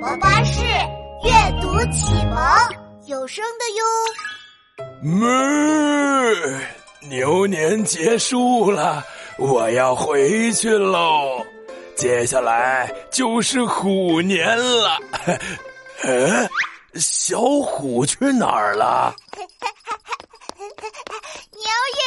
宝巴士阅读启蒙，有声的哟。牛年结束了，我要回去喽。接下来就是虎年了。小虎去哪儿了？ 牛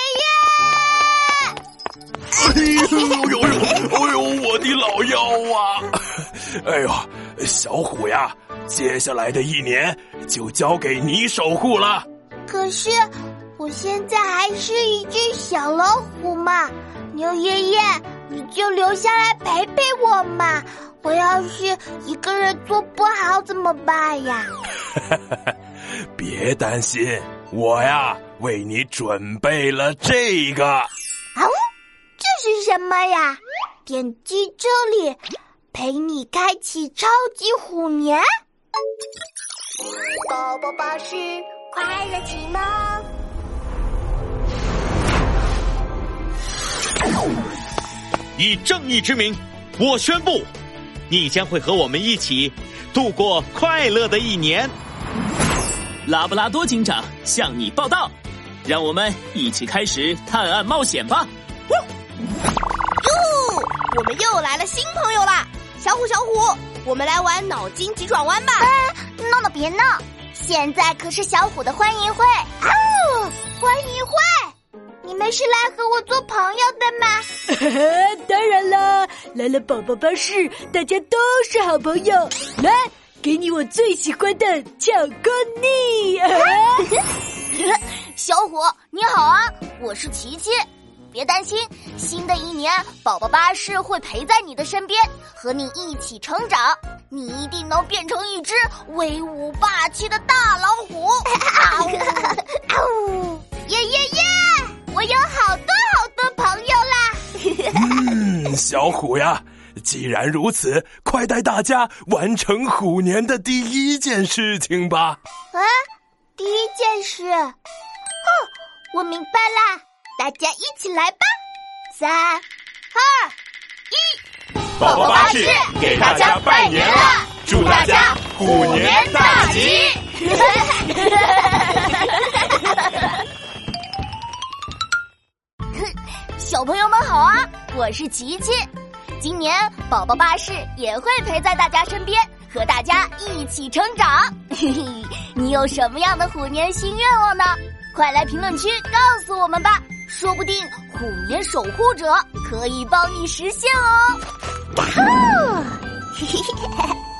爷爷！ 哎呦，我的老腰啊！哎呦，小虎呀，接下来的一年就交给你守护了。 可是我现在还是一只小老虎嘛，牛爷爷，你就留下来陪陪我嘛。我要是一个人做不好怎么办呀？ 别担心，我呀为你准备了这个。 这是什么呀？点击这里，陪你开启超级虎年。宝宝巴士快乐启蒙。 以正义之名，我宣布，你将会和我们一起度过快乐的一年。 拉布拉多警长向你报道，让我们一起开始探案冒险吧。 哟，我们又来了新朋友啦！小虎，我们来玩脑筋急转弯吧。 闹别闹，现在可是小虎的欢迎会。欢迎会，你们是来和我做朋友的吗？ 当然啦，来了宝宝巴士，大家都是好朋友。来，给你我最喜欢的巧克力。 小虎你好啊，我是琪琪。别担心，新的一年宝宝巴士会陪在你的身边，和你一起成长。你一定能变成一只威武霸气的大老虎。耶，我有好多朋友啦。 小虎呀，既然如此，快带大家完成虎年的第一件事情吧。 第一件事，我明白啦，大家一起来吧。3、2、1， 宝宝巴士给大家拜年了，祝大家虎年大吉！ 小朋友们好啊，我是琪琪。今年宝宝巴士也会陪在大家身边，和大家一起成长。你有什么样的虎年新愿望呢？快来评论区告诉我们吧，说不定虎年守护者可以帮你实现哦。